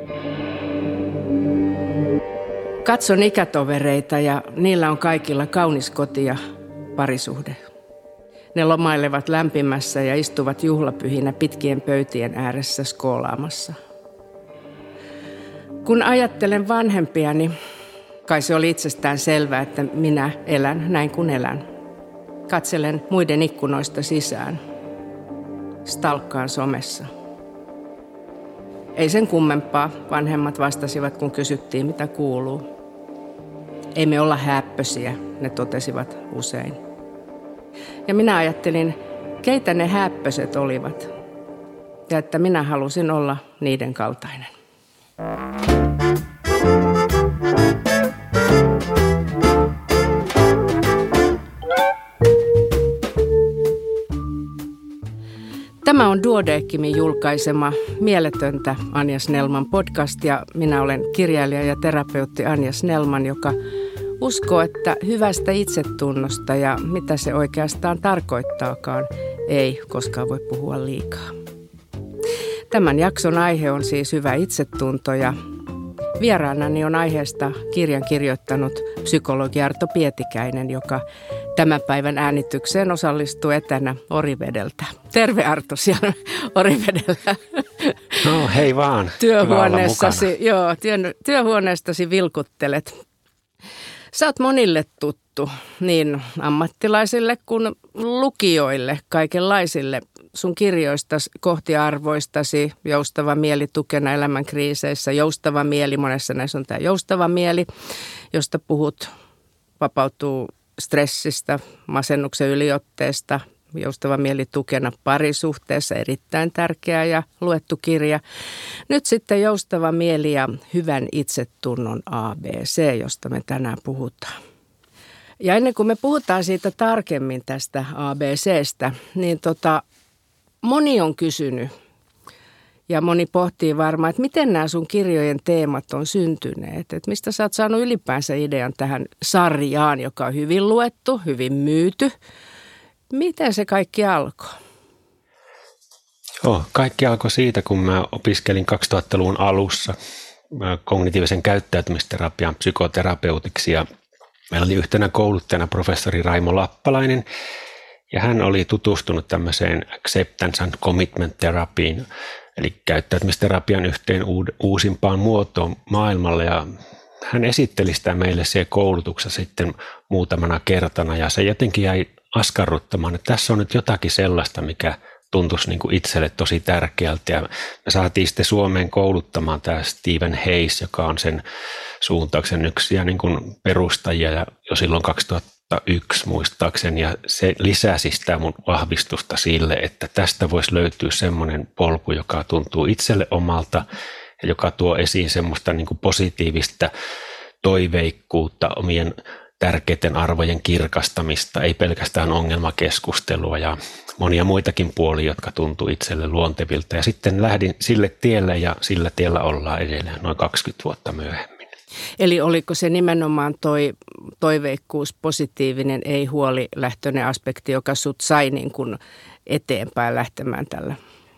Katson ikätovereita ja niillä on kaikilla kaunis koti ja parisuhde. Ne lomailevat lämpimässä ja istuvat juhlapyhinä pitkien pöytien ääressä skoolaamassa. Kun ajattelen vanhempiani, kai se oli itsestään selvää, että minä elän näin kuin elän. Katselen muiden ikkunoista sisään. Stalkkaan somessa. Ei sen kummempaa, vanhemmat vastasivat, kun kysyttiin, mitä kuuluu. Ei me olla häppösiä, ne totesivat usein. Ja minä ajattelin, keitä ne häppöset olivat. Ja että minä halusin olla niiden kaltainen. Tämä on Duodecimin julkaisema Mieletöntä Anja Snellman podcast ja minä olen kirjailija ja terapeutti Anja Snellman, joka uskoo, että hyvästä itsetunnosta ja mitä se oikeastaan tarkoittaakaan ei koskaan voi puhua liikaa. Tämän jakson aihe on siis hyvä itsetunto ja vieraanani on aiheesta kirjan kirjoittanut psykologi Arto Pietikäinen, joka tämän päivän äänitykseen osallistuu etänä Orivedeltä. Terve Arto siellä Orivedellä. No hei vaan. Työhuoneestasi vilkuttelet. Sä oot monille tuttu, niin ammattilaisille kuin lukijoille, kaikenlaisille. Sun kirjoistasi kohti arvoistasi, joustava mieli tukena elämän kriiseissä, joustava mieli, monessa näissä on tämä joustava mieli, josta puhut, vapautuu stressistä, masennuksen yliotteesta, joustava mieli tukena parisuhteessa, erittäin tärkeä ja luettu kirja. Nyt sitten joustava mieli ja hyvän itsetunnon ABC, josta me tänään puhutaan. Ja ennen kuin me puhutaan siitä tarkemmin tästä ABCstä, niin moni on kysynyt ja moni pohtii varmaan, että miten nämä sun kirjojen teemat on syntyneet. Että mistä sä oot saanut ylipäänsä idean tähän sarjaan, joka on hyvin luettu, hyvin myyty. Miten se kaikki alkoi? Kaikki alkoi siitä, kun mä opiskelin 2000-luvun alussa kognitiivisen käyttäytymisterapian psykoterapeutiksi ja meillä oli yhtenä kouluttajana professori Raimo Lappalainen ja hän oli tutustunut tämmöiseen acceptance and commitment terapiin, eli käyttäytymisterapian yhteen uusimpaan muotoon maailmalle ja hän esitteli sitä meille siellä koulutuksessa sitten muutamana kertana ja se jotenkin jäi askarruttamaan, että tässä on nyt jotakin sellaista, mikä tuntuisi niin kuin itselle tosi tärkeältä ja me saatiin sitten Suomeen kouluttamaan tämä Stephen Hayes, joka on sen suuntauksen yksi ja niin kuin perustajia ja jo silloin 2001 muistaakseni ja se lisäsi sitä mun vahvistusta sille, että tästä voisi löytyä semmoinen polku, joka tuntuu itselle omalta ja joka tuo esiin semmoista niin kuin positiivista toiveikkuutta, omien tärkeiden arvojen kirkastamista, ei pelkästään ongelmakeskustelua ja monia muitakin puolia, jotka tuntuu itselle luontevilta. Ja sitten lähdin sille tielle ja sillä tiellä ollaan edelleen noin 20 vuotta myöhemmin. Eli oliko se nimenomaan toiveikkuus, positiivinen, ei huolilähtöinen aspekti, joka sut sai niin kuin eteenpäin lähtemään tällä?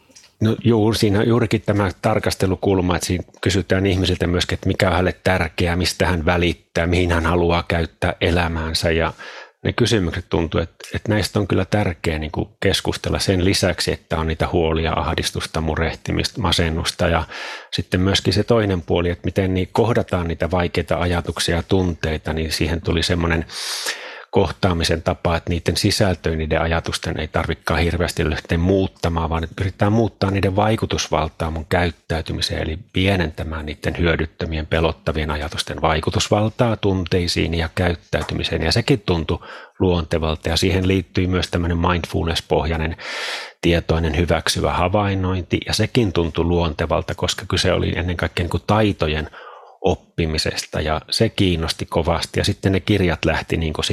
No siinä juurikin tämä tarkastelukulma, että siinä kysytään ihmisiltä myöskin, että mikä on hänelle tärkeää, mistä hän välittää, mihin hän haluaa käyttää elämäänsä ja ne kysymykset tuntuu, että näistä on kyllä tärkeää niin kuin keskustella sen lisäksi, että on niitä huolia, ahdistusta, murehtimista, masennusta ja sitten myöskin se toinen puoli, että miten niin kohdataan niitä vaikeita ajatuksia ja tunteita, niin siihen tuli semmoinen kohtaamisen tapa, että niiden sisältöä, niiden ajatusten ei tarvitsekaan hirveästi lähteä muuttamaan, vaan että pyritään muuttaa niiden vaikutusvaltaa mun käyttäytymiseen, eli pienentämään niiden hyödyttömien, pelottavien ajatusten vaikutusvaltaa tunteisiin ja käyttäytymiseen, ja sekin tuntui luontevalta, ja siihen liittyy myös tämmöinen mindfulness-pohjainen tietoinen hyväksyvä havainnointi, ja sekin tuntui luontevalta, koska kyse oli ennen kaikkea niin kuin taitojen oppimisesta ja se kiinnosti kovasti ja sitten ne kirjat lähti niin kuin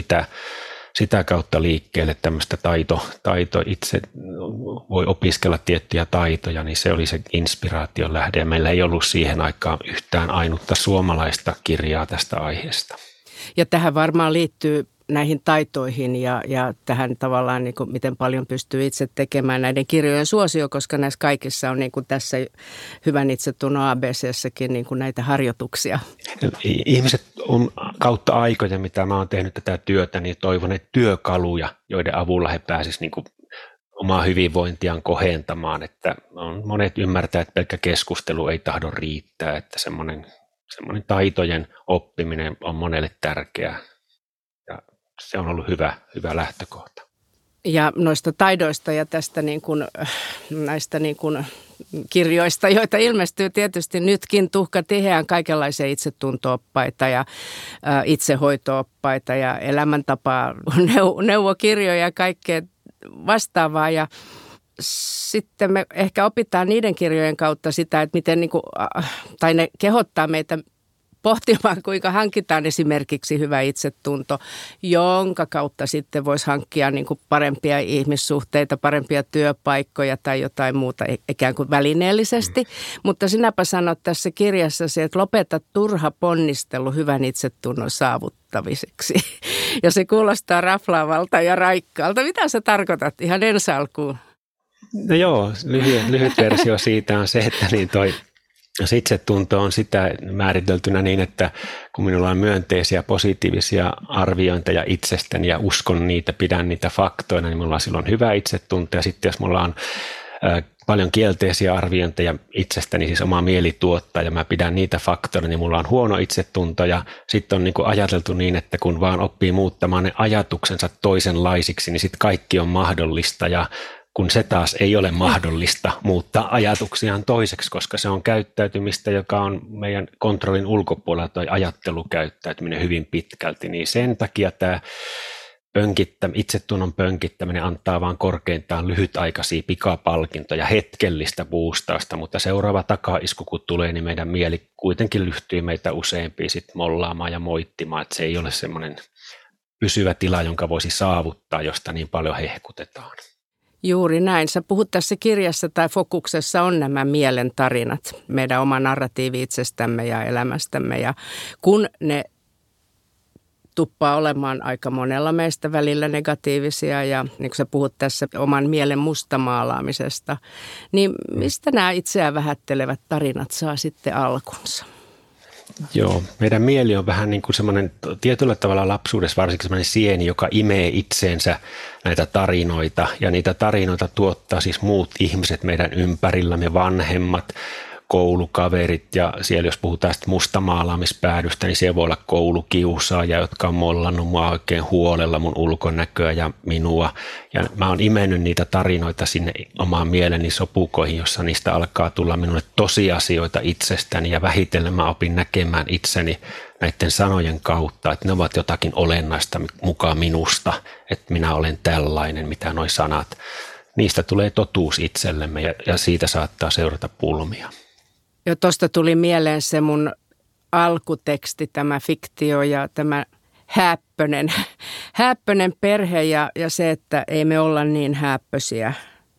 sitä kautta liikkeelle tämmöistä taito itse voi opiskella tiettyjä taitoja, niin se oli se inspiraation lähde ja meillä ei ollut siihen aikaan yhtään ainutta suomalaista kirjaa tästä aiheesta. Ja tähän varmaan liittyy näihin taitoihin ja tähän tavallaan, niin kuin, miten paljon pystyy itse tekemään näiden kirjojen suosio, koska näissä kaikissa on niin kuin tässä Hyvän itsetunnon ABC:ssäkin niin kuin näitä harjoituksia. Ihmiset on kautta aikojen, mitä mä oon tehnyt tätä työtä, niin toivoneet työkaluja, joiden avulla he pääsisivät niin kuin omaa hyvinvointiaan kohentamaan, että monet ymmärtää, että pelkkä keskustelu ei tahdo riittää, että semmoinen taitojen oppiminen on monelle tärkeää ja se on ollut hyvä lähtökohta. Ja noista taidoista ja tästä niin kuin, näistä niin kuin kirjoista, joita ilmestyy tietysti nytkin tuhkatiheään, kaikenlaisia itsetunto-oppaita ja itsehoito-oppaita ja elämäntapaa, neuvokirjoja ja kaikkea vastaavaa. Ja sitten me ehkä opitaan niiden kirjojen kautta sitä, että miten niin kuin, tai ne kehottaa meitä pohtimaan, kuinka hankitaan esimerkiksi hyvä itsetunto, jonka kautta sitten voisi hankkia niin kuin parempia ihmissuhteita, parempia työpaikkoja tai jotain muuta ikään kuin välineellisesti. Mutta sinäpä sanot tässä kirjassasi, että lopeta turha ponnistelu hyvän itsetunnon saavuttamiseksi. Ja se kuulostaa raflaavalta ja raikkaalta. Mitä sä tarkoitat ihan ensi alkuun? No joo, lyhyt versio siitä on se, että niin se itsetunto on sitä määriteltynä niin, että kun minulla on myönteisiä, positiivisia arviointeja itsestäni ja uskon niitä, pidän niitä faktoina, niin minulla on silloin hyvä itsetunto. Ja sitten jos minulla on paljon kielteisiä arviointeja itsestäni, siis oma mieli tuottaa ja mä pidän niitä faktoina, niin mulla on huono itsetunto. Ja sitten on niin kuin ajateltu niin, että kun vaan oppii muuttamaan ne ajatuksensa toisenlaisiksi, niin sitten kaikki on mahdollista ja kun se taas ei ole mahdollista muuttaa ajatuksiaan toiseksi, koska se on käyttäytymistä, joka on meidän kontrollin ulkopuolella, tai ajattelukäyttäytyminen hyvin pitkälti, niin sen takia tämä itsetunnon pönkittäminen antaa vain korkeintaan lyhytaikaisia pikapalkintoja, hetkellistä boostausta, mutta seuraava takaisku kun tulee, niin meidän mieli kuitenkin lyhtyy meitä useampia sit mollaamaan ja moittimaan, että se ei ole semmoinen pysyvä tila, jonka voisi saavuttaa, josta niin paljon hehkutetaan. Juuri näin. Sä puhut tässä kirjassa tai fokuksessa on nämä mielen tarinat, meidän oma narratiivi itsestämme ja elämästämme. Ja kun ne tuppaa olemaan aika monella meistä välillä negatiivisia ja niin kuin sä puhut tässä oman mielen mustamaalaamisesta, niin mistä nämä itseään vähättelevät tarinat saa sitten alkunsa? Joo, meidän mieli on vähän niin kuin semmoinen tietyllä tavalla lapsuudessa varsinkin semmoinen sieni, joka imee itseensä näitä tarinoita ja niitä tarinoita tuottaa siis muut ihmiset meidän ympärillämme, vanhemmat, koulukaverit ja siellä jos puhutaan sitten mustamaalaamispäädystä, niin siellä voi olla koulukiusaaja, jotka on mollannut mua oikein huolella mun ulkonäköä ja minua. Ja mä oon imennyt niitä tarinoita sinne omaan mieleni sopukoihin, jossa niistä alkaa tulla minulle tosiasioita itsestäni ja vähitellen mä opin näkemään itseni näiden sanojen kautta, että ne ovat jotakin olennaista mukaan minusta, että minä olen tällainen, mitä noi sanat. Niistä tulee totuus itsellemme ja siitä saattaa seurata pulmia. Jo tuosta tuli mieleen se mun alkuteksti, tämä fiktio ja tämä hääppönen perhe ja se, että ei me olla niin hääppösiä.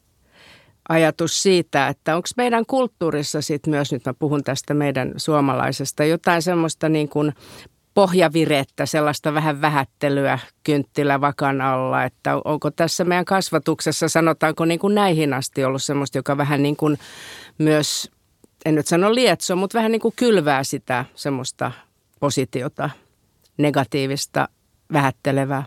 Ajatus siitä, että onko meidän kulttuurissa sitten myös, nyt mä puhun tästä meidän suomalaisesta, jotain semmoista niin kuin pohjavirettä, sellaista vähän vähättelyä kynttilä vakan alla, että onko tässä meidän kasvatuksessa, sanotaanko niin kuin näihin asti ollut semmoista, joka vähän niin kuin myös, en nyt sano lietso, mutta vähän niin kuin kylvää sitä semmoista positiota, negatiivista, vähättelevää.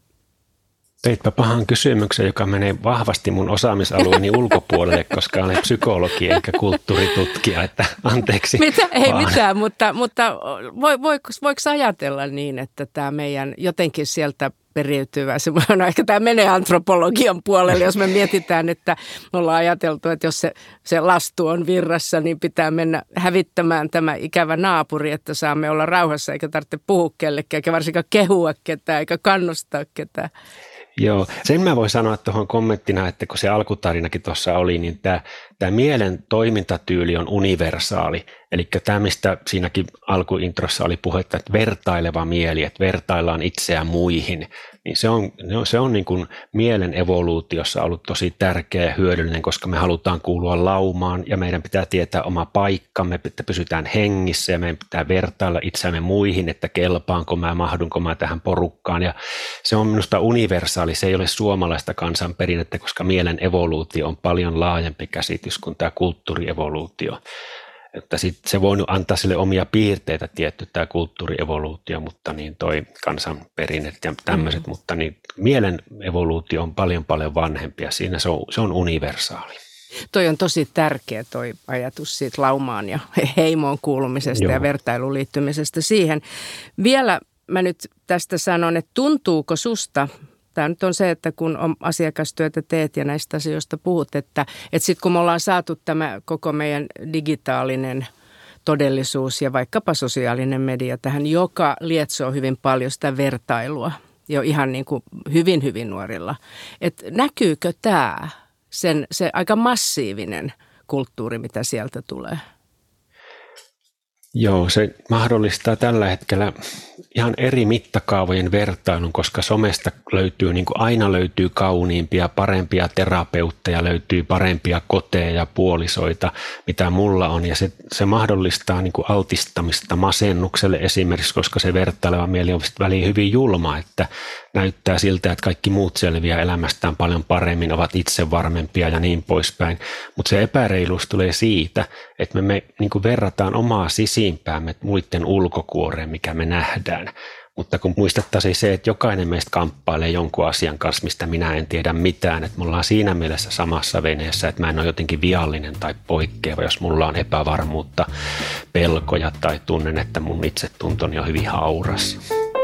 Teitpä pahan kysymyksen, joka menee vahvasti mun osaamisalueeni ulkopuolelle, koska olen psykologi eikä kulttuuritutkija, että anteeksi. Ei mitään, mutta voiko ajatella niin, että tämä meidän jotenkin sieltä periytyvä, se on ehkä tämä menee antropologian puolelle, jos me mietitään, että me ollaan ajateltu, että jos se lastu on virrassa, niin pitää mennä hävittämään tämä ikävä naapuri, että saamme olla rauhassa eikä tarvitse puhua kellekään, eikä varsinkaan kehua ketään, eikä kannustaa ketään. Joo, sen mä voin sanoa tuohon kommenttina, että kun se alkutarinakin tuossa oli, niin tämä mielen toimintatyyli on universaali. Eli tämä, mistä siinäkin alkuintrossa oli puhetta, että vertaileva mieli, että vertaillaan itseä muihin. niin se on niin kuin mielen evoluutiossa ollut tosi tärkeä ja hyödyllinen, koska me halutaan kuulua laumaan ja meidän pitää tietää oma paikkamme, että pysytään hengissä ja meidän pitää vertailla itseämme muihin, että kelpaanko mä, mahdunko mä tähän porukkaan. Ja se on minusta universaali, se ei ole suomalaista kansanperinnettä, koska mielen evoluutio on paljon laajempi käsitys kuin tämä kulttuurievoluutio. Että se voi antaa sille omia piirteitä tietty tämä kulttuurievoluutio, mutta niin toi kansanperinnet ja tämmöiset, mutta niin mielen evoluutio on paljon vanhempi ja siinä se on universaali. Toi on tosi tärkeä toi ajatus siitä laumaan ja heimoon kuulumisesta ja vertailuun liittymisestä siihen. Vielä mä nyt tästä sanon, että tuntuuko susta, tämä nyt on se, että kun asiakastyötä teet ja näistä asioista puhut, että sitten kun me ollaan saatu tämä koko meidän digitaalinen todellisuus ja vaikkapa sosiaalinen media tähän, joka lietsoo hyvin paljon sitä vertailua jo ihan niin kuin hyvin nuorilla. Että näkyykö tämä, se aika massiivinen kulttuuri, mitä sieltä tulee? Joo, se mahdollistaa tällä hetkellä ihan eri mittakaavojen vertailun, koska somesta löytyy, niin kuin aina löytyy kauniimpia, parempia terapeutteja, löytyy parempia koteja ja puolisoita, mitä mulla on. Ja se mahdollistaa niin kuin altistamista masennukselle esimerkiksi, koska se vertaileva mieli on väliin hyvin julma, että näyttää siltä, että kaikki muut selviää elämästään paljon paremmin, ovat itse varmempia ja niin poispäin. Mutta se epäreiluus tulee siitä, että me niin kuin verrataan omaa sisimpäämme muiden ulkokuoreen, mikä me nähdään. Mutta kun muistettaisiin se, että jokainen meistä kamppailee jonkun asian kanssa, mistä minä en tiedä mitään, että me ollaan siinä mielessä samassa veneessä, että mä en ole jotenkin viallinen tai poikkeava, jos mulla on epävarmuutta, pelkoja tai tunnen, että mun itsetuntoni on hyvin hauras.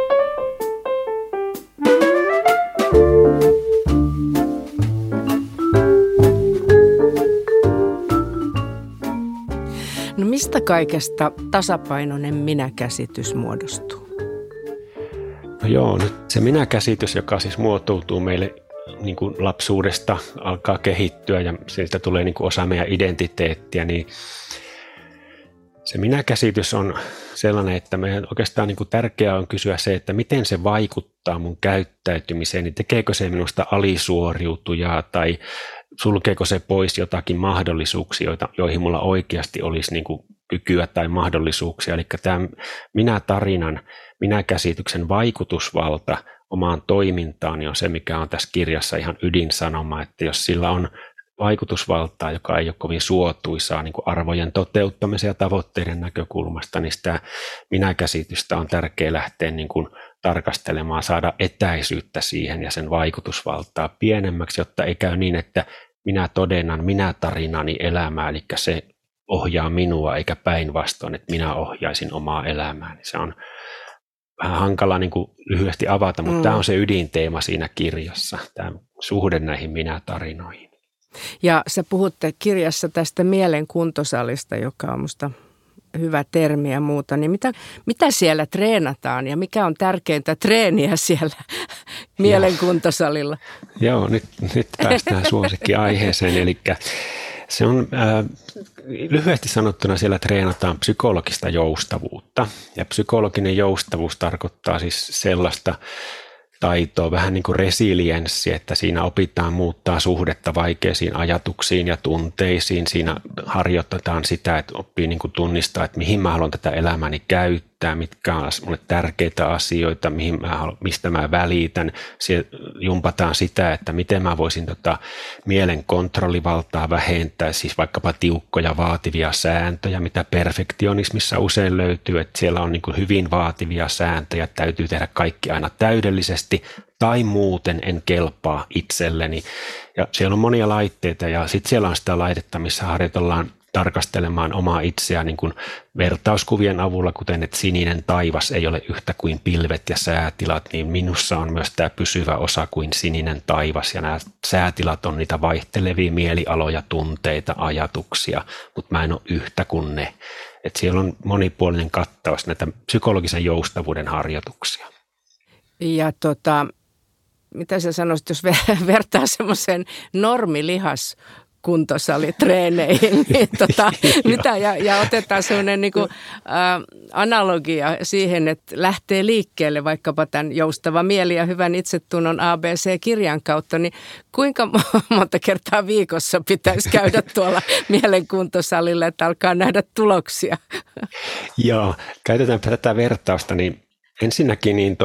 No mistä kaikesta tasapainoinen minäkäsitys muodostuu? No joo, nyt se minäkäsitys, joka siis muotoutuu meille niin kuin lapsuudesta, alkaa kehittyä ja siitä tulee niin kuin osa meidän identiteettiä, niin se minäkäsitys on sellainen, että meidän oikeastaan niin kuin tärkeää on kysyä se, että miten se vaikuttaa mun käyttäytymiseen, niin tekeekö se minusta alisuoriutujaa tai sulkeeko se pois jotakin mahdollisuuksia, joihin mulla oikeasti olisi niin kuin kykyä tai mahdollisuuksia. Eli tämä minä-tarinan, minä-käsityksen vaikutusvalta omaan toimintaan on se, mikä on tässä kirjassa ihan ydinsanoma, että jos sillä on vaikutusvaltaa, joka ei ole kovin suotuisaa niin kuin arvojen toteuttamisen ja tavoitteiden näkökulmasta, niin sitä minä-käsitystä on tärkeää lähteä niin kuin tarkastelemaan, saada etäisyyttä siihen ja sen vaikutusvaltaa pienemmäksi, jotta ei käy niin, että minä todennan minä tarinani elämää, eli se ohjaa minua eikä päinvastoin, että minä ohjaisin omaa elämääni. Se on vähän hankala niin kuin lyhyesti avata, mutta tämä on se ydinteema siinä kirjassa, tämä suhde näihin minä-tarinoihin. Ja sä puhutte kirjassa tästä mielen kuntosalista, joka on musta hyvä termi ja muuta, niin mitä siellä treenataan ja mikä on tärkeintä treeniä siellä mielen kuntosalilla? Joo, nyt päästään suosikkiaiheeseen, eli se on lyhyesti sanottuna siellä treenataan psykologista joustavuutta ja psykologinen joustavuus tarkoittaa siis sellaista taitoa, vähän niin kuin resilienssi, että siinä opitaan muuttaa suhdetta vaikeisiin ajatuksiin ja tunteisiin. Siinä harjoitetaan sitä, että oppii niin kuin tunnistaa, että mihin mä haluan tätä elämääni käyttää, mitkä on mulle tärkeitä asioita, mistä mä välitän. Siellä jumpataan sitä, että miten mä voisin mielen kontrollivaltaa vähentää, siis vaikkapa tiukkoja vaativia sääntöjä, mitä perfektionismissa usein löytyy, että siellä on niin kuin hyvin vaativia sääntöjä, täytyy tehdä kaikki aina täydellisesti, tai muuten en kelpaa itselleni. Ja siellä on monia laitteita ja sitten siellä on sitä laitetta, missä harjoitellaan tarkastelemaan omaa itseään niin kuin vertauskuvien avulla, kuten että sininen taivas ei ole yhtä kuin pilvet ja säätilat, niin minussa on myös tämä pysyvä osa kuin sininen taivas ja nämä säätilat on niitä vaihtelevia mielialoja, tunteita, ajatuksia, mutta mä en ole yhtä kuin ne. Että siellä on monipuolinen kattaus näitä psykologisen joustavuuden harjoituksia. Ja mitä sä sanoisit, jos vertaa semmoiseen normilihaskuntoon kuntosalitreeneihin. Niin ja otetaan sellainen niin kuin, analogia siihen, että lähtee liikkeelle vaikkapa tämän Joustava mieli ja hyvän itsetunnon ABC-kirjan kautta, niin kuinka monta kertaa viikossa pitäisi käydä tuolla mielenkuntosalilla, että alkaa nähdä tuloksia? Joo, käytetäänpä tätä vertausta, niin ensinnäkin niin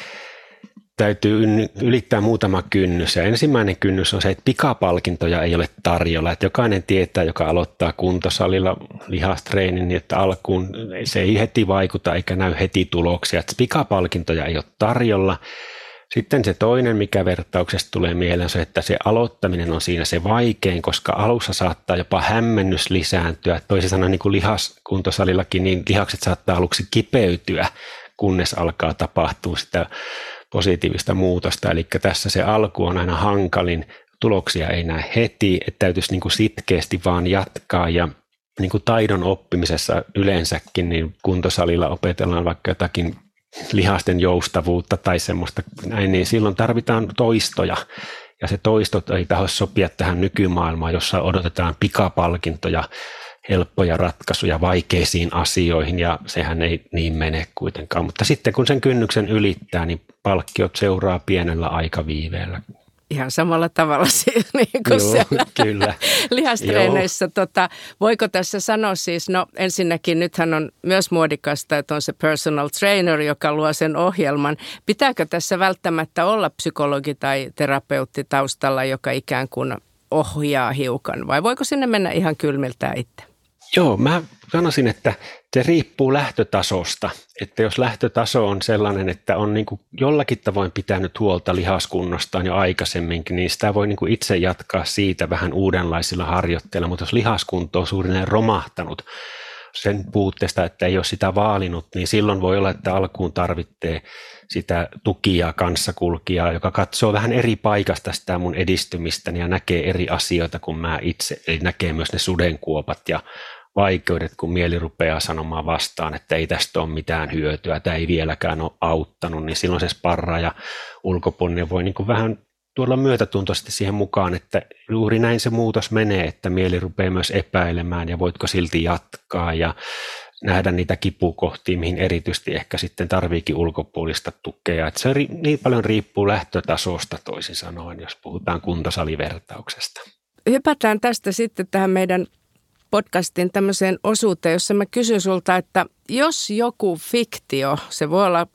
täytyy ylittää muutama kynnys. Ja ensimmäinen kynnys on se, että pikapalkintoja ei ole tarjolla. Että jokainen tietää, joka aloittaa kuntosalilla lihastreenin, niin että alkuun se ei heti vaikuta eikä näy heti tuloksia. Että pikapalkintoja ei ole tarjolla. Sitten se toinen, mikä vertauksesta tulee mieleen, on se, että se aloittaminen on siinä se vaikein, koska alussa saattaa jopa hämmennys lisääntyä. Toisin sanoen niin kuin lihaskuntosalillakin, niin lihakset saattaa aluksi kipeytyä, kunnes alkaa tapahtua sitä positiivista muutosta. Eli tässä se alku on aina hankalin, tuloksia ei näe heti, että täytyisi niin kuin sitkeästi vaan jatkaa ja niin kuin taidon oppimisessa yleensäkin, niin kuntosalilla opetellaan vaikka jotakin lihasten joustavuutta tai semmoista näin, niin silloin tarvitaan toistoja. Ja se toistot ei taho sopia tähän nykymaailmaan, jossa odotetaan pikapalkintoja, helppoja ratkaisuja vaikeisiin asioihin, ja sehän ei niin mene kuitenkaan. Mutta sitten kun sen kynnyksen ylittää, niin palkkiot seuraa pienellä aikaviiveellä. Ihan samalla tavalla siis niin kuin siellä kyllä. lihastreeneissä. Voiko tässä sanoa siis, no ensinnäkin nythän on myös muodikasta, että on se personal trainer, joka luo sen ohjelman. Pitääkö tässä välttämättä olla psykologi tai terapeutti taustalla, joka ikään kuin ohjaa hiukan, vai voiko sinne mennä ihan kylmiltään itse? Joo, mä sanoisin, että se riippuu lähtötasosta, että jos lähtötaso on sellainen, että on niin kuin jollakin tavoin pitänyt huolta lihaskunnostaan jo aikaisemminkin, niin sitä voi niin kuin itse jatkaa siitä vähän uudenlaisilla harjoitteilla, mutta jos lihaskunto on suurin romahtanut sen puutteesta, että ei ole sitä vaalinut, niin silloin voi olla, että alkuun tarvitsee sitä tukia, kanssakulkijaa, joka katsoo vähän eri paikasta sitä mun edistymistäni ja näkee eri asioita kuin mä itse, eli näkee myös ne sudenkuopat ja vaikeudet, kun mieli rupeaa sanomaan vastaan, että ei tästä ole mitään hyötyä, tämä ei vieläkään ole auttanut, niin silloin se sparraaja ulkopuolinen voi niin kuin vähän tuolla myötätuntoisesti siihen mukaan, että juuri näin se muutos menee, että mieli rupeaa myös epäilemään ja voitko silti jatkaa ja nähdä niitä kipukohtia, mihin erityisesti ehkä sitten tarviikin ulkopuolista tukea. Että se niin paljon riippuu lähtötasosta toisin sanoen, jos puhutaan kuntosalivertauksesta. Hypätään tästä sitten tähän meidän podcastin tämmöiseen osuuteen, jossa mä kysyn sulta, että jos joku fiktio, se voi olla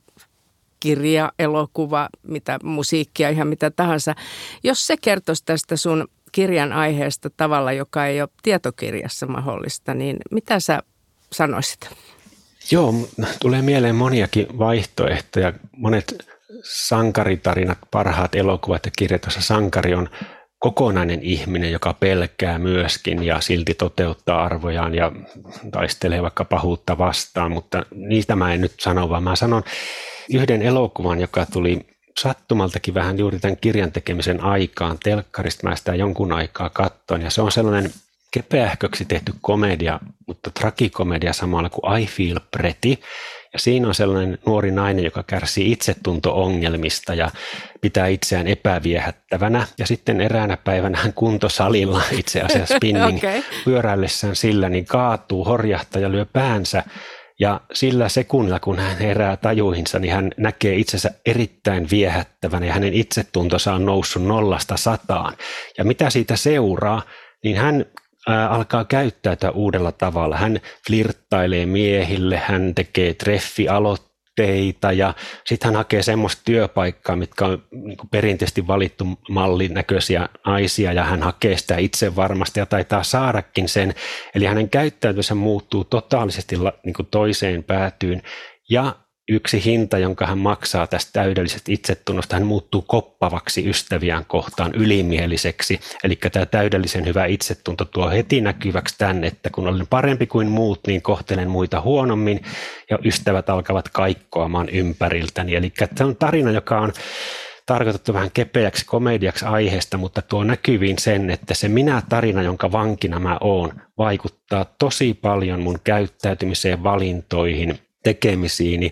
kirja, elokuva, mitä musiikkia, ihan mitä tahansa, jos se kertoisi tästä sun kirjan aiheesta tavalla, joka ei ole tietokirjassa mahdollista, niin mitä sä sanoisit? Joo, tulee mieleen moniakin vaihtoehtoja. Monet sankaritarinat, parhaat elokuvat ja kirjat, joissa sankari on kokonainen ihminen, joka pelkää myöskin ja silti toteuttaa arvojaan ja taistelee vaikka pahuutta vastaan, mutta niistä mä en nyt sano, vaan mä sanon yhden elokuvan, joka tuli sattumaltakin vähän juuri tämän kirjan tekemisen aikaan. Telkkarista mä sitä jonkun aikaa katsoin ja se on sellainen kepeähköksi tehty komedia, mutta trakikomedia samalla kuin I Feel Pretty. Ja siinä on sellainen nuori nainen, joka kärsii itsetunto-ongelmista ja pitää itseään epäviehättävänä. Ja sitten eräänä päivänä hän kuntosalilla itse asiassa spinning pyöräillessään sillä, niin kaatuu, horjahtaa ja lyö päänsä. Ja sillä sekunnilla, kun hän herää tajuihinsa, niin hän näkee itsensä erittäin viehättävänä ja hänen itsetuntonsa on noussut 0–100. Ja mitä siitä seuraa, niin hän alkaa käyttäytyä uudella tavalla. Hän flirttailee miehille, hän tekee treffialoitteita ja sitten hän hakee semmoista työpaikkaa, mitkä on niin kuin perinteisesti valittu mallin näköisiä naisia ja hän hakee sitä itse varmasti ja taitaa saadakin sen. Eli hänen käyttäytymisensä muuttuu totaalisesti niin kuin toiseen päätyyn ja yksi hinta, jonka hän maksaa tästä täydellisestä itsetunnosta, hän muuttuu koppavaksi ystäviään kohtaan, ylimieliseksi. Eli tämä täydellisen hyvä itsetunto tuo heti näkyväksi tämän, että kun olen parempi kuin muut, niin kohtelen muita huonommin ja ystävät alkavat kaikkoamaan ympäriltäni. Eli se on tarina, joka on tarkoitettu vähän kepeäksi komediaksi aiheesta, mutta tuo näkyviin sen, että se minä-tarina, jonka vankina mä oon, vaikuttaa tosi paljon mun käyttäytymiseen, valintoihin, tekemisiini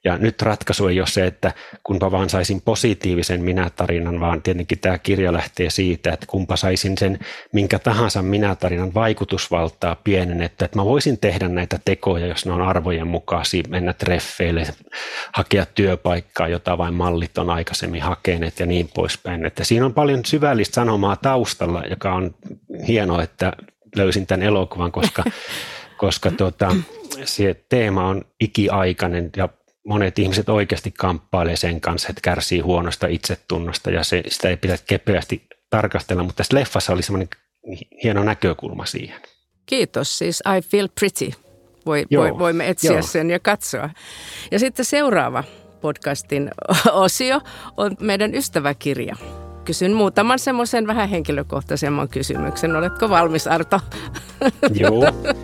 Ja nyt ratkaisu ei ole se, että kunpa vaan saisin positiivisen minätarinan, vaan tietenkin tämä kirja lähtee siitä, että kunpa saisin sen minkä tahansa minätarinan vaikutusvaltaa pienennettä, että mä voisin tehdä näitä tekoja, jos ne on arvojen mukaisia, mennä treffeille, hakea työpaikkaa, jota vain mallit on aikaisemmin hakeneet ja niin poispäin. Että siinä on paljon syvällistä sanomaa taustalla, joka on hienoa, että löysin tämän elokuvan, koska se teema on ikiaikainen ja monet ihmiset oikeasti kamppailee sen kanssa, että kärsii huonosta itsetunnosta ja sitä ei pidä kepeästi tarkastella, mutta tässä leffassa oli semmoinen hieno näkökulma siihen. Kiitos, siis I Feel Pretty. Voimme etsiä sen ja katsoa. Ja sitten seuraava podcastin osio on meidän ystäväkirja. Kysyn muutaman semmoisen vähän henkilökohtaisemman kysymyksen. Oletko valmis, Arto? Joo.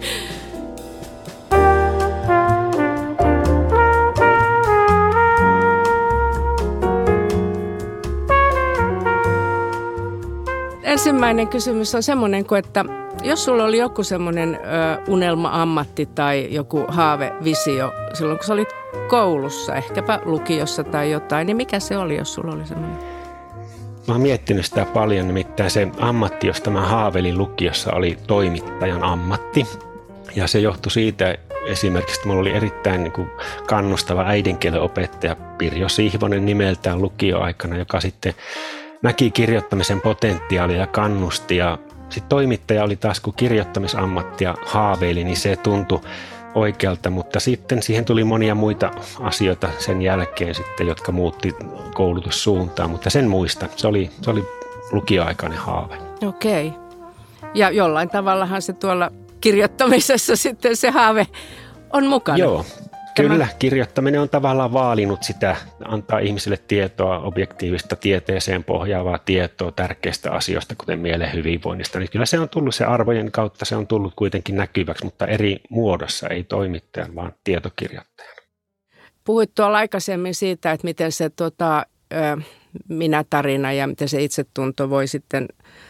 Ensimmäinen kysymys on semmoinen, että jos sulla oli joku semmoinen unelma-ammatti tai joku haavevisio silloin, kun sä olit koulussa, ehkäpä lukiossa tai jotain, niin mikä se oli, jos sulla oli semmoinen? Mä oon miettinyt sitä paljon, nimittäin se ammatti, josta mä haaveilin lukiossa, oli toimittajan ammatti. Ja se johtui siitä esimerkiksi, että mulla oli erittäin kannustava äidinkielen opettaja Pirjo Sihvonen nimeltään lukioaikana, joka sitten näki kirjoittamisen potentiaalia ja kannusti. Ja sitten toimittaja oli taas, kun kirjoittamisammattia haaveili, niin se tuntui oikealta, mutta sitten siihen tuli monia muita asioita sen jälkeen sitten, jotka muutti koulutussuuntaan, mutta sen muista. Se oli lukioaikainen haave. Okei. Ja jollain tavallahan se tuolla kirjoittamisessa sitten se haave on mukana. Joo, kyllä. Kirjoittaminen on tavallaan vaalinut sitä, antaa ihmisille tietoa, objektiivista tieteeseen pohjaavaa tietoa tärkeistä asioista, kuten mielen hyvinvoinnista. Niin kyllä se on tullut se arvojen kautta, se on tullut kuitenkin näkyväksi, mutta eri muodossa, ei toimittajan, vaan tietokirjoittajan. Puhuit tuolla aikaisemmin siitä, että miten se minätarina ja miten se itsetunto voi sitten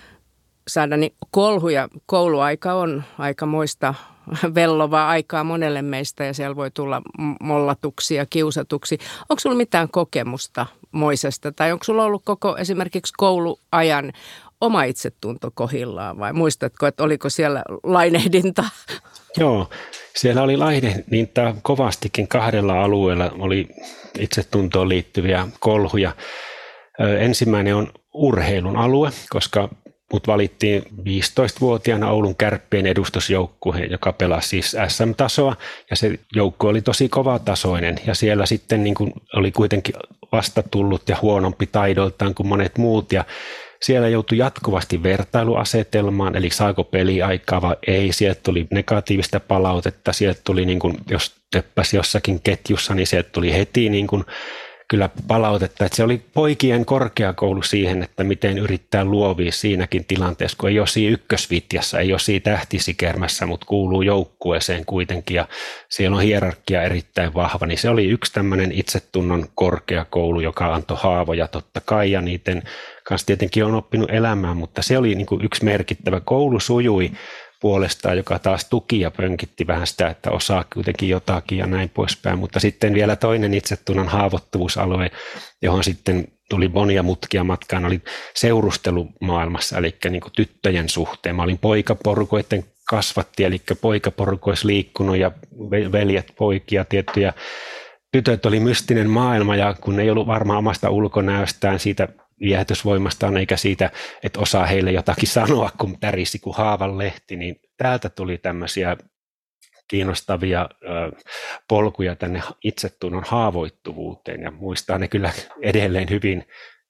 saada niin kolhuja. Kouluaika on aikamoista vellovaa aikaa monelle meistä ja siellä voi tulla mollatuksi ja kiusatuksi. Onko sulla mitään kokemusta moisesta tai onko sulla ollut koko esimerkiksi kouluajan oma itsetunto kohillaan vai muistatko, että oliko siellä lainehdinta? Joo, siellä oli lainehdinta kovastikin 2 alueella oli itsetuntoon liittyviä kolhuja. Ensimmäinen on urheilun alue, koska mut valittiin 15-vuotiaana Oulun Kärppien edustusjoukkueen, joka pelasi siis SM-tasoa, ja se joukkue oli tosi kovatasoinen, ja siellä sitten niin kuin oli kuitenkin vasta tullut ja huonompi taidoiltaan kuin monet muut, ja siellä joutui jatkuvasti vertailuasetelmaan, eli saako peliaikaa vai ei, sieltä tuli negatiivista palautetta, sieltä tuli, niin kuin, jos töppäsi jossakin ketjussa, niin sieltä tuli heti niin kuin kyllä palautetta, että se oli poikien korkeakoulu siihen, että miten yrittää luovia siinäkin tilanteessa, kun ei ole siinä ykkösvitjassa, ei ole siinä tähtisikermässä, mutta kuuluu joukkueeseen kuitenkin ja siellä on hierarkia erittäin vahva, niin se oli yksi tämmöinen itsetunnon korkeakoulu, joka antoi haavoja totta kai ja niiden kanssa tietenkin on oppinut elämään, mutta se oli niin kuin yksi merkittävä. Koulu sujui puolestaan, joka taas tuki ja pönkitti vähän sitä, että osaa kuitenkin jotakin ja näin poispäin. Mutta sitten vielä toinen itsetunnon haavoittuvuusalue, johon sitten tuli monia mutkia matkaan, oli seurustelumaailmassa, eli niin kuin tyttöjen suhteen. Mä olin poikaporukoiden kasvatti, eli poikaporukoissa liikkunut ja veljet poikia tiettyjä. Tytöt oli mystinen maailma ja kun ei ollut varmaan omasta ulkonäöstään siitä viehätysvoimastaan eikä siitä, että osaa heille jotakin sanoa, kun tärisi kuin haavanlehti, niin täältä tuli tämmöisiä kiinnostavia polkuja tänne itsetunnon haavoittuvuuteen ja muistaa ne kyllä edelleen hyvin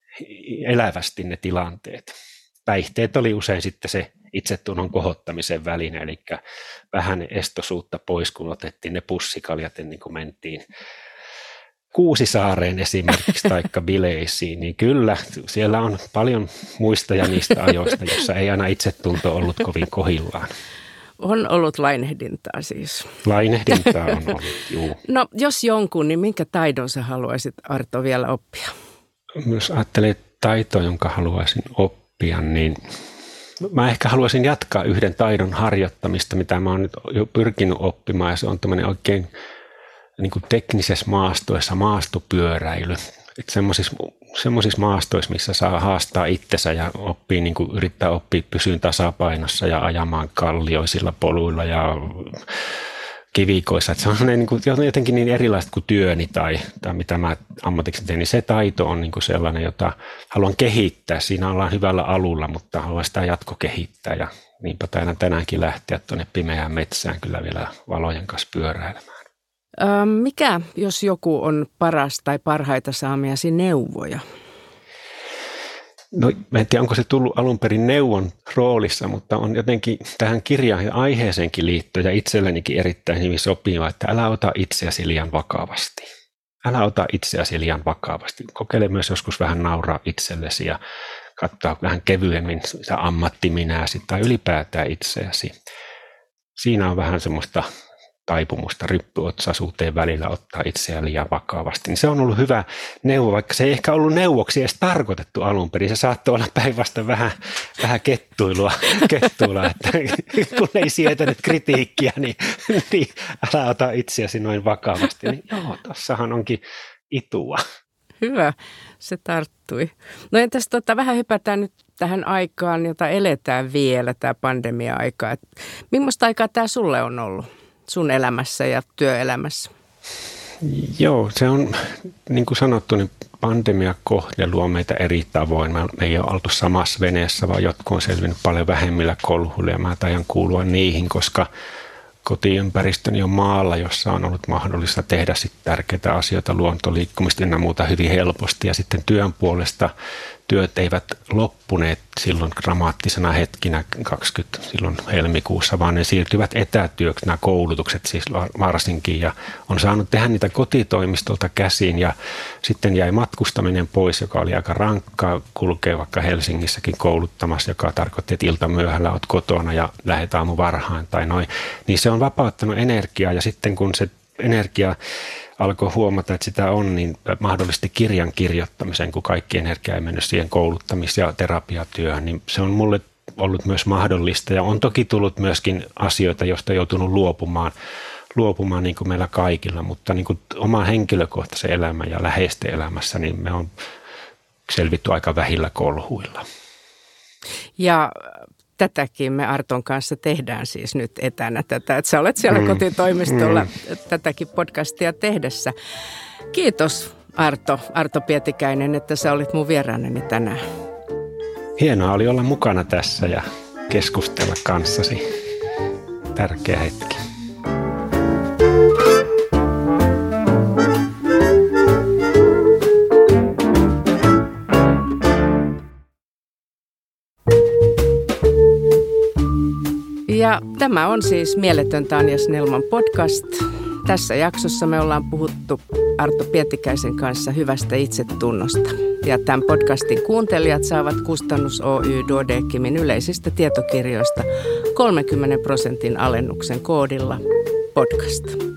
elävästi ne tilanteet. Päihteet oli usein sitten se itsetunnon kohottamisen väline, eli vähän estosuutta pois, kun otettiin ne pussikaljat ennen kuin mentiin Kuusisaareen esimerkiksi taikka bileisiin, niin kyllä siellä on paljon muistoja niistä ajoista, jossa ei aina itsetunto ollut kovin kohillaan. On ollut lainehdintaa siis. Lainehdintaa on ollut, juu. No jos jonkun, niin minkä taidon sä haluaisit, Arto, vielä oppia? Jos ajattelee taitoa, jonka haluaisin oppia, niin mä ehkä haluaisin jatkaa yhden taidon harjoittamista, mitä mä oon nyt jo pyrkinyt oppimaan, ja se on tämmöinen oikein niin kuin teknisessä maastoissa maastopyöräily. Että semmoisissa maastoissa, missä saa haastaa itsensä ja oppii, niin kuin yrittää oppia pysyyn tasapainossa ja ajamaan kallioisilla poluilla ja kivikoissa. Että se on niin kuin jotenkin niin erilaista kuin työni tai mitä mä ammatiksi teen, niin se taito on niin kuin sellainen, jota haluan kehittää. Siinä ollaan hyvällä alulla, mutta haluan sitä jatkokehittää ja niinpä tänäänkin lähteä tuonne pimeään metsään kyllä vielä valojen kanssa pyöräilemään. Mikä, jos joku, on paras tai parhaita saamiasi neuvoja? No, mä en tiedä, onko se tullut alun perin neuvon roolissa, mutta on jotenkin tähän kirjaan ja aiheeseenkin liittyen ja itsellenikin erittäin hyvin sopiva, että älä ota itseäsi liian vakavasti. Älä ota itseäsi liian vakavasti. Kokeile myös joskus vähän nauraa itsellesi ja katsoa vähän kevyemmin sitä ammattiminääsi tai ylipäätään itseäsi. Siinä on vähän semmoista taipumusta ryppyotsaisuuteen välillä ottaa itseään liian vakavasti. Niin se on ollut hyvä neuvo, vaikka se ei ehkä ollut neuvoksi edes tarkoitettu alun perin. Se saattoi olla päinvastoin vähän kettuilua, että kun ei sietänyt kritiikkiä, niin älä ota itseäsi noin vakavasti. Niin joo, tossahan onkin itua. Hyvä, se tarttui. No entäs vähän hypätään nyt tähän aikaan, jota eletään vielä, tämä pandemia-aika. Millaista aikaa tämä sulle on ollut sun elämässä ja työelämässä? Joo, se on niin kuin sanottu, niin pandemia luo meitä eri tavoin. Me ei ole oltu samassa veneessä, vaan jotkut on selvinnyt paljon vähemmillä kolhuilla ja mä taidan kuulua niihin, koska kotiympäristöni on maalla, jossa on ollut mahdollista tehdä sit tärkeitä asioita, luontoliikkumista ja muuta hyvin helposti. Ja sitten työn puolesta työt eivät loppuneet silloin dramaattisena hetkinä silloin helmikuussa, vaan ne siirtyvät etätyöksi, nämä koulutukset siis varsinkin. Ja on saanut tehdä niitä kotitoimistolta käsin ja sitten jäi matkustaminen pois, joka oli aika rankkaa kulkea vaikka Helsingissäkin kouluttamassa, joka tarkoitti, että iltamyöhällä olet kotona ja lähdet aamu varhain tai noin. Niin se on vapauttanut energiaa ja sitten kun se energia alkoi huomata, että sitä on, niin mahdollisesti kirjan kirjoittamisen, kun kaikki energia ei mennyt siihen kouluttamis- ja terapiatyöhön, niin se on mulle ollut myös mahdollista. Ja on toki tullut myöskin asioita, joista on joutunut luopumaan niin kuin meillä kaikilla, mutta niin kuin oma henkilökohtaisen elämän ja läheisten elämässä, niin me on selvitty aika vähillä kolhuilla. Ja tätäkin me Arton kanssa tehdään siis nyt etänä tätä, että sä olet siellä kotitoimistolla tätäkin podcastia tehdessä. Kiitos Arto Pietikäinen, että sä olit mun vieraaneni tänään. Hienoa oli olla mukana tässä ja keskustella kanssasi. Tärkeä hetki. Ja tämä on siis Mieletöntä Anja Snellman podcast. Tässä jaksossa me ollaan puhuttu Arto Pietikäisen kanssa hyvästä itsetunnosta. Ja tämän podcastin kuuntelijat saavat Kustannus Oy Duodecimin yleisistä tietokirjoista 30% alennuksen koodilla podcast.